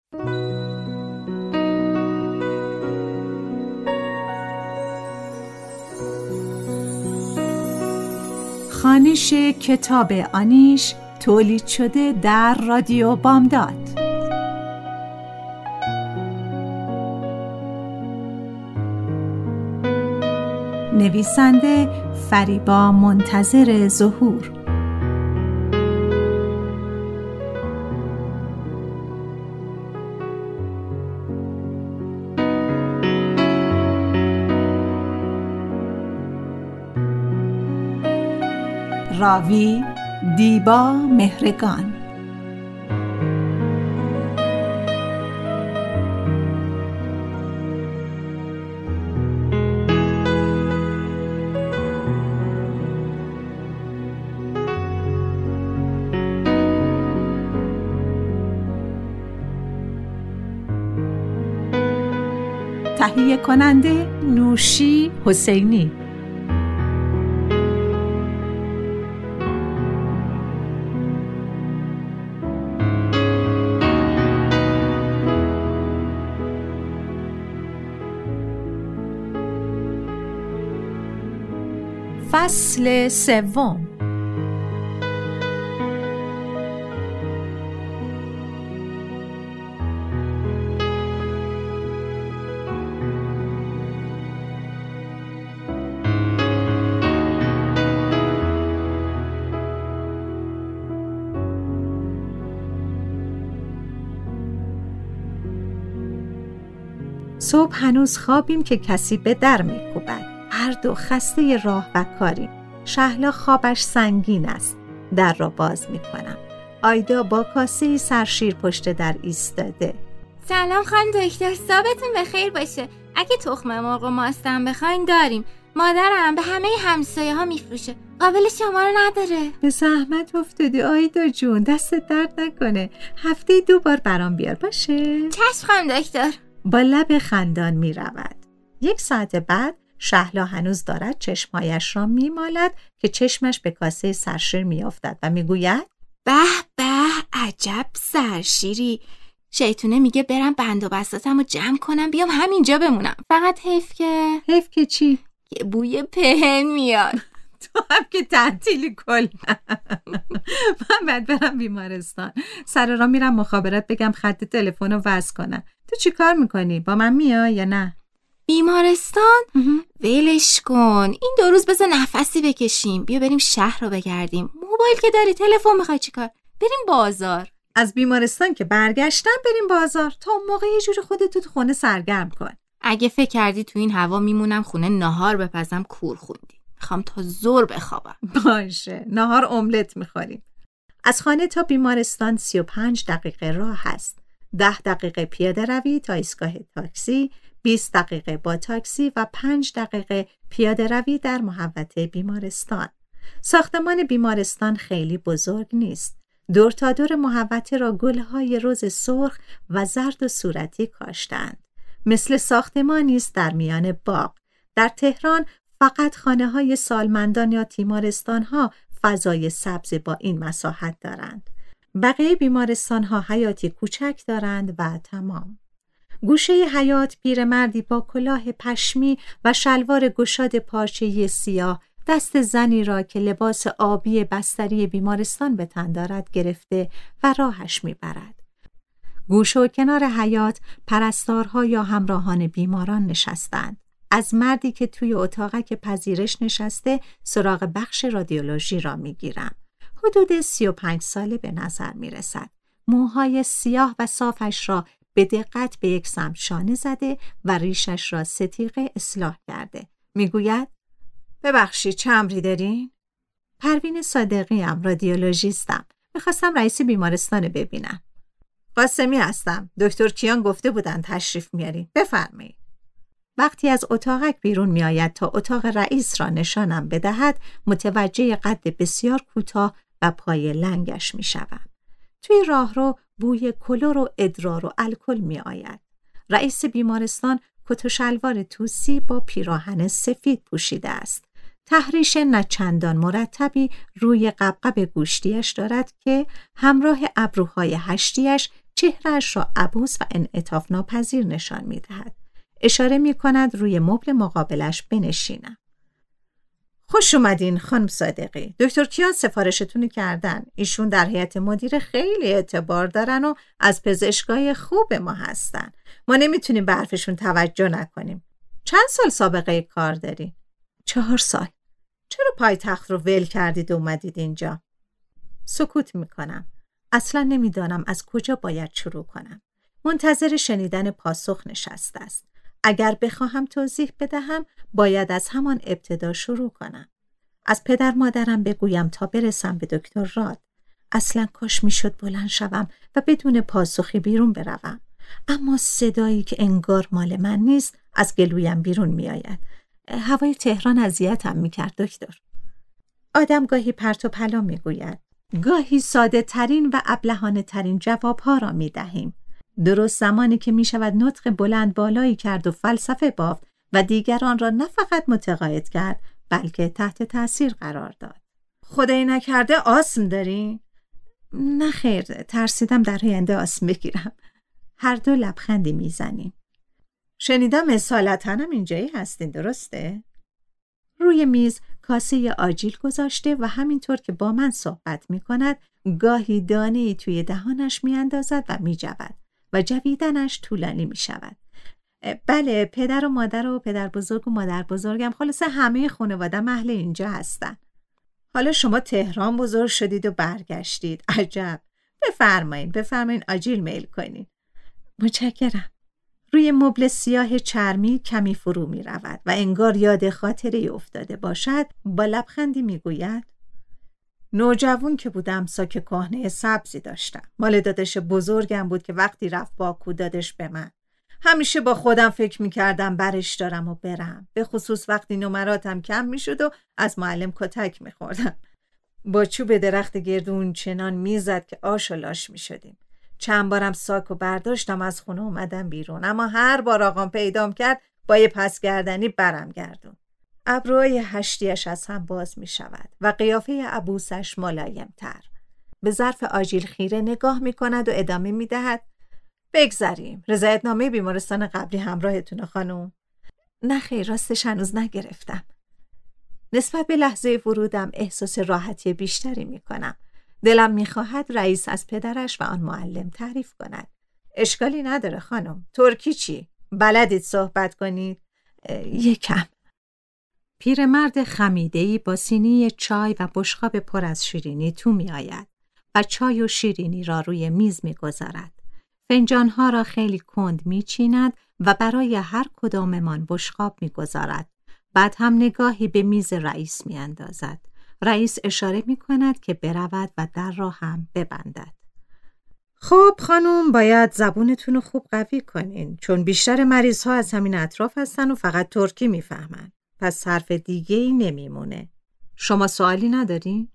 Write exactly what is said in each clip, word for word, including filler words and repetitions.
خوانش کتاب آنیش تولید شده در رادیو بامداد. نویسنده فریبا منتظر ظهور. راوی دیبا مهرگان. تهیه کننده نوشی حسینی. فصل سوم. صبح هنوز خوابیم که کسی به در می‌کوبد. هر دو خسته راه و کاریم. شهلا خوابش سنگین است. در را باز می‌کنم. آیدا با کاسه سرشیر پشت در ایستاده. سلام خانم دکتر، صبحتون بخیر باشه. اگه تخم مرغ و ماستم بخواین داریم. مادرم به همه همسایه ها میفروشه. قابل شما رو نداره. به زحمت افتادی آیدا جون، دست درد نکنه. هفته دو بار برام بیار باشه. چشم خانم دکتر. با لب خندان می رود. یک ساعت بعد شهلا هنوز دارد چشمهایش را می مالد که چشمش به کاسه سرشیر می افتد و می گوید به به عجب سرشیری. شیطونه میگه برم بند و بساطم رو جمع کنم بیام همینجا بمونم. فقط حیف که حیف که چی؟ یه بوی پهن میاد. تو هم که تعطیلی کل. من باید برم بیمارستان. سر راه میرم مخابرات بگم خط تلفن رو وصل کنم. تو چی کار میکنی؟ با من میای یا نه؟ بیمارستان؟ ولش کن. این دو روز بذار نفسی بکشیم. بیا بریم شهر رو بگردیم. موبایل که داری، تلفن میخوای چی کار؟ بریم بازار. از بیمارستان که برگشتم بریم بازار. تا اون موقع یه جوری خودتو تو خونه سرگرم کن. اگه فکر کردی تو این هوا میمونم خونه ناهار بپزم کور خوندی. میخوام تا زور بخوابم. باشه، ناهار املت میخوریم. از خانه تا بیمارستان سی و پنج دقیقه راه هست. ده دقیقه پیاده روی تا ایستگاه تاکسی، بیست دقیقه با تاکسی و پنج دقیقه پیاده روی در محوطه بیمارستان. ساختمان بیمارستان خیلی بزرگ نیست. دور تا دور محوطه را گلهای رز سرخ و زرد و صورتی کاشتند. مثل ساختمانی است در میان باغ. در تهران فقط خانه‌های سالمندان یا تیمارستان‌ها فضای سبز با این مساحت دارند. بقیه بیمارستان‌ها حیاتی کوچک دارند و تمام. گوشه حیاط پیرمردی با کلاه پشمی و شلوار گشاد پارچه‌ای سیاه دست زنی را که لباس آبی بستری بیمارستان به تن دارد گرفته و راهش می‌برد. گوشه و کنار حیاط پرستارها یا همراهان بیماران نشستند. از مردی که توی اتاقک پذیرش نشسته سراغ بخش رادیولوژی را می‌گیرم. حدود سی و پنج ساله به نظر می‌رسد. موهای سیاه و صافش را به دقت به یک سمت شانه زده و ریشش را ستیغه اصلاح کرده. میگوید ببخشید چه امری دارین؟ پروین صادقی ام، رادیولوژیستم. میخواستم رئیس بیمارستان ببینم. قاسمی هستم. دکتر کیان گفته بودن تشریف میارین. بفرمایید. وقتی از اتاقک بیرون میآید تا اتاق رئیس را نشانم بدهد، متوجه قد بسیار کوتاه و پای لنگش میشوم. توی راهرو بوی کلور و ادرار و الکل می آید. رئیس بیمارستان کت و شلوار توسی با پیراهن سفید پوشیده است. تحریش نچندان مرتبی روی قبقب گوشتیش دارد که همراه ابروهای هشتیش چهرهش را عبوس و انعطاف ناپذیر نشان می دهد. اشاره می کند روی مبل مقابلش بنشینم. خوش اومدین خانم صادقی. دکتر کیان سفارشتون کردن. ایشون در هیئت مدیره خیلی اعتبار دارن و از پزشکای خوب ما هستن. ما نمیتونیم به حرفشون توجه نکنیم. چند سال سابقه کار دارین؟ چهار سال. چرا پایتخت رو ول کردید و اومدید اینجا؟ سکوت میکنم. اصلا نمیدانم از کجا باید شروع کنم. منتظر شنیدن پاسخ نشسته است. اگر بخواهم توضیح بدهم باید از همان ابتدا شروع کنم. از پدر مادرم بگویم تا برسم به دکتر راد. اصلا کاش میشد بلند شوم و بدون پاسخی بیرون بروم. اما صدایی که انگار مال من نیست از گلویم بیرون میآید. هوای تهران اذیتم میکرد دکتر. آدم گاهی پرت و پلا میگوید. گاهی ساده ترین و ابلهانه ترین جوابها را میدهیم. درست زمانی که می شود نطق بلند بالایی کرد و فلسفه بافت و دیگران را نه فقط متقاعد کرد بلکه تحت تأثیر قرار داد. خدای نکرده آسم داری؟ نه خیر، ترسیدم در آینده آسم بگیرم. هر دو لبخندی می زنیم. شنیدم اصالتاً اینجایی هستین، درسته؟ روی میز کاسه آجیل گذاشته و همینطور که با من صحبت می کند گاهی دانه‌ای توی دهانش می اندازد و می جود و جویدنش طولانی می شود. بله، پدر و مادر و پدر بزرگ و مادر بزرگم، خلاصه همه خانواده اهل اینجا هستن. حالا شما تهران بزرگ شدید و برگشتید. عجب. بفرمایین بفرمایین آجیل میل کنین. متشکرم. روی مبل سیاه چرمی کمی فرو می رود و انگار یاد خاطره افتاده باشد با لبخندی می گوید نوجوان که بودم ساک کهنه سبزی داشتم. مال داداش بزرگم بود که وقتی رفت باکو دادش به من. همیشه با خودم فکر می کردم برش دارم و برم. به خصوص وقتی نمراتم کم می شد و از معلم کتک می خوردم. با چوب درخت گردون چنان می زد که آش و لاش می شدیم. چند بارم ساکو برداشتم از خونه اومدم بیرون، اما هر بار آقام پیدام کرد با یه پسگردنی برم گردون. ابروهای هشتیش از هم باز می شود و قیافه عبوسش ملایم تر. به ظرف آجیل خیره نگاه می کند و ادامه می دهد بگذریم. رضایتنامه بیمارستان قبلی همراهتونه خانم؟ نه خیر، راستش هنوز نگرفتم. نسبت به لحظه ورودم احساس راحتی بیشتری می کنم. دلم می‌خواهد رئیس از پدرش و آن معلم تعریف کند. اشکالی نداره خانم. ترکی چی؟ بلدید صحبت کنید؟ یکم. پیرمرد خمیده‌ای با سینی چای و بشقاب پر از شیرینی تو می‌آید و چای و شیرینی را روی میز می‌گذارد. فنجان‌ها را خیلی کند می‌چیند و برای هر کداممان بشقاب می‌گذارد. بعد هم نگاهی به میز رئیس می‌اندازد. رئیس اشاره می کند که برود و در را هم ببندد. خب خانم، باید زبونتون رو خوب قوی کنین، چون بیشتر مریض ها از همین اطراف هستن و فقط ترکی می فهمن. پس حرف دیگه ای نمی مونه. شما سوالی ندارین؟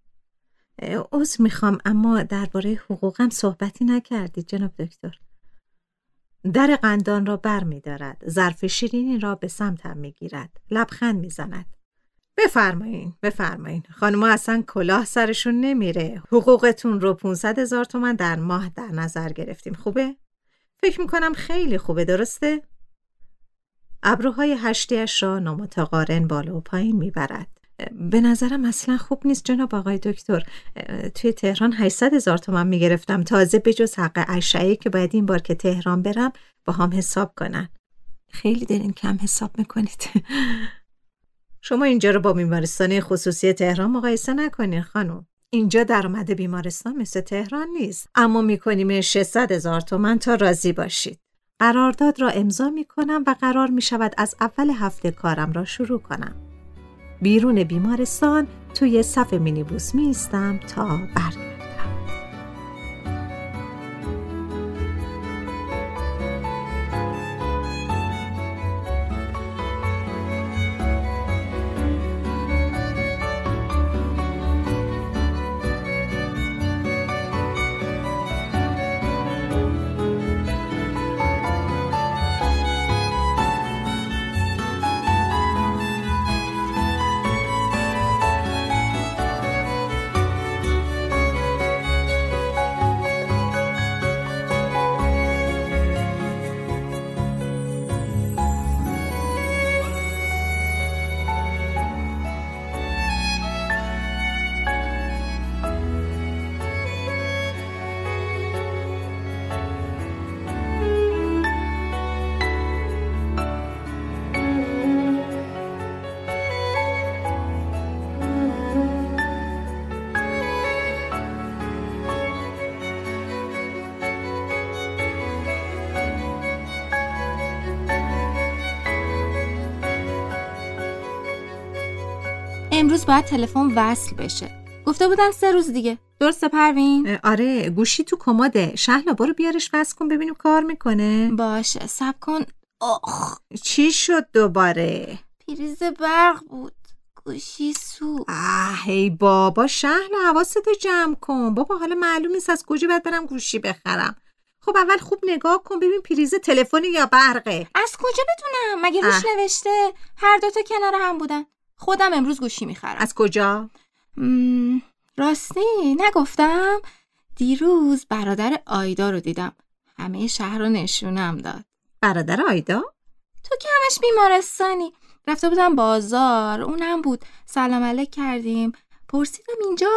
عذر می خوام، اما درباره حقوقم صحبتی نکردید جناب دکتر. در قندان را بر می دارد. ظرف شیرینی را به سمتم می گیرد. لبخند می زند. بفرمایین بفرمایین. خانم‌ها اصلا کلاه سرشون نمیره. حقوقتون رو پانصد هزار تومان در ماه در نظر گرفتیم. خوبه؟ فکر میکنم خیلی خوبه، درسته؟ ابروهای هشتیش را نامتقارن بالا و پایین میبرد. به نظرم اصلا خوب نیست جناب آقای دکتر. توی تهران هشتصد هزار تومان میگرفتم، تازه به جز حق اشعه‌ای که باید این بار که تهران برم با هم حساب کنن. خیلی دارین کم حساب میکنید. شما اینجا رو با بیمارستان خصوصی تهران مقایسه نکنین خانم. اینجا درآمد بیمارستان مثل تهران نیست، اما میکنیم ششصد هزار تومان تا راضی باشید. قرارداد را امضا میکنم و قرار میشود از اول هفته کارم را شروع کنم. بیرون بیمارستان توی صف مینیبوس میایستم تا برگردم. امروز باید تلفن وصل بشه. گفته بودن سه روز دیگه. درسته پروین؟ آره، گوشی تو کمده. شهلا برو بیارش وصل کن ببینیم کار میکنه. باشه، صبر کن. آخ، چی شد دوباره؟ پریز برق بود. گوشی سو. آه ای بابا شهلا، حواستو جمع کن. بابا حالا معلوم نیست از کجا باید برم گوشی بخرم. خب اول خوب نگاه کن ببین پریز تلفنی یا برقه. از کجا بدونم؟ مگه روش نوشته؟ هر دوتا کنار هم بودن. خودم امروز گوشی میخرم. از کجا؟ مم... راستی نگفتم؟ دیروز برادر آیدا رو دیدم. همه شهر رو نشونم داد. برادر آیدا؟ تو که همش بیمارستانی. رفته بودم بازار، اونم بود. سلام علیک کردیم. پرسیدم اینجا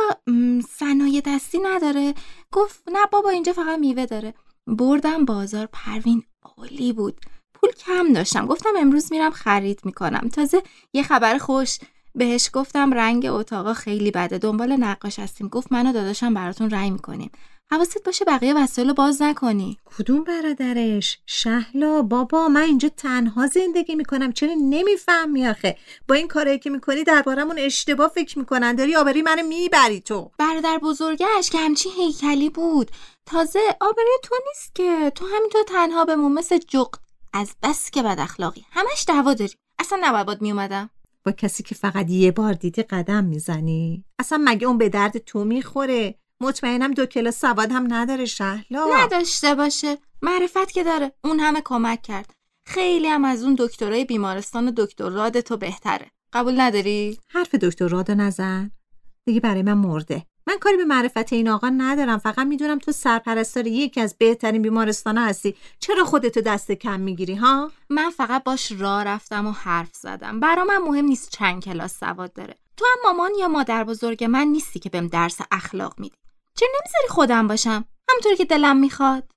صنایع دستی نداره؟ گفت نه بابا اینجا فقط میوه داره. بردم بازار. پروین عالی بود. پول کم داشتم. گفتم امروز میرم خرید میکنم. تازه یه خبر خوش بهش گفتم رنگ اتاقا خیلی بده. دنبال نقاش هستیم. گفت من و داداشم براتون رنگ میکنیم. حواست باشه بقیه وسایل باز نکنی. کدوم برادرش؟ شهلا بابا من اینجا تنها زندگی میکنم. چرا نمیفهمی آخه؟ با این کارایی که میکنی دربارمون اشتباه فکر میکنن. داری آبروی منو میبری تو. برادر بزرگش که همچین هیکلی بود. تازه آبروی تو نیست که. تو همینطور تنها بمون مثل جغد. از بس که بد اخلاقی. همش دعوا داری. اصلا نباید باد میومدم. با کسی که فقط یه بار دیدی قدم میزنی؟ اصلا مگه اون به درد تو میخوره؟ مطمئنم دو کلاس سواد هم نداره شهلا. نداشته باشه. معرفت که داره. اون همه کمک کرد. خیلی هم از اون دکترای بیمارستان و دکتر راد تو بهتره. قبول نداری؟ حرف دکتر راد نزن. دیگه برای من مرده. من کاری به معرفت این آقا ندارم. فقط میدونم تو سرپرستار یکی از بهترین بیمارستانا هستی. چرا خودتو دست کم میگیری ها؟ من فقط باش راه رفتم و حرف زدم. برا من مهم نیست چند کلاس سواد داره. تو هم مامان یا مادر بزرگ من نیستی که بهم درس اخلاق میدی. چرا نمیذاری خودم باشم همونطوری که دلم میخواد؟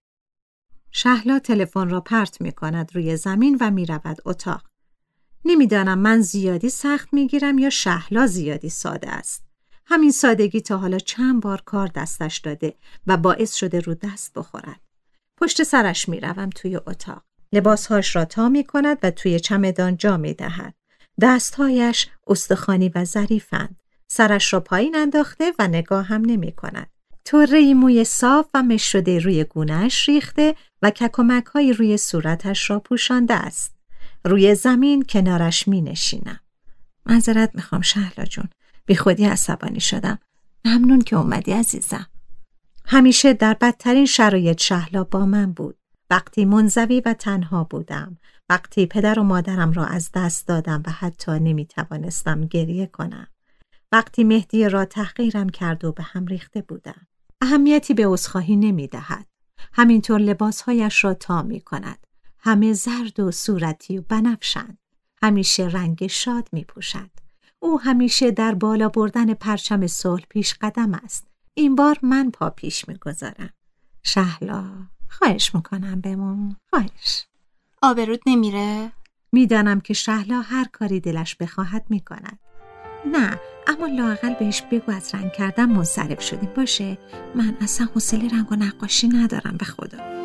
شهلا تلفن را پرت میکند روی زمین و میرود اتاق. نمیدانم من زیادی سخت میگیرم یا شهلا زیادی ساده است. همین سادگی تا حالا چند بار کار دستش داده و باعث شده رو دست بخورد. پشت سرش میروم توی اتاق. لباسهاش را تا میکند و توی چمدان جا میدهد. دستهایش استخوانی و ظریفند. سرش را پایین انداخته و نگاه هم نمی کند. طره‌ای موی صاف و مش شده روی گونه‌اش ریخته و ککمک‌های روی صورتش را پوشانده است. روی زمین کنارش می نشینم. معذرت میخوام شهلا جون. بی خودی عصبانی شدم. ممنون که اومدی عزیزم. همیشه در بدترین شرایط شهلا با من بود. وقتی منزوی و تنها بودم. وقتی پدر و مادرم را از دست دادم و حتی نمی توانستم گریه کنم. وقتی مهدی را تحقیرم کرد و به هم ریخته بودم. اهمیتی به عذرخواهی نمی دهد. همینطور لباسهایش را تا می کند. همه زرد و صورتی و بنفشند. همیشه رنگ شاد می پوشد. او همیشه در بالا بردن پرچم صلح پیش قدم است. این بار من پا پیش می گذارم. شهلا خواهش میکنم بمون. خواهش. آبرود نمیره؟ میدانم که شهلا هر کاری دلش بخواهد میکند. نه، اما لااقل بهش بگو از رنگ کردن منصرف شدیم باشه. من اصلا حوصله رنگ و نقاشی ندارم به خدا.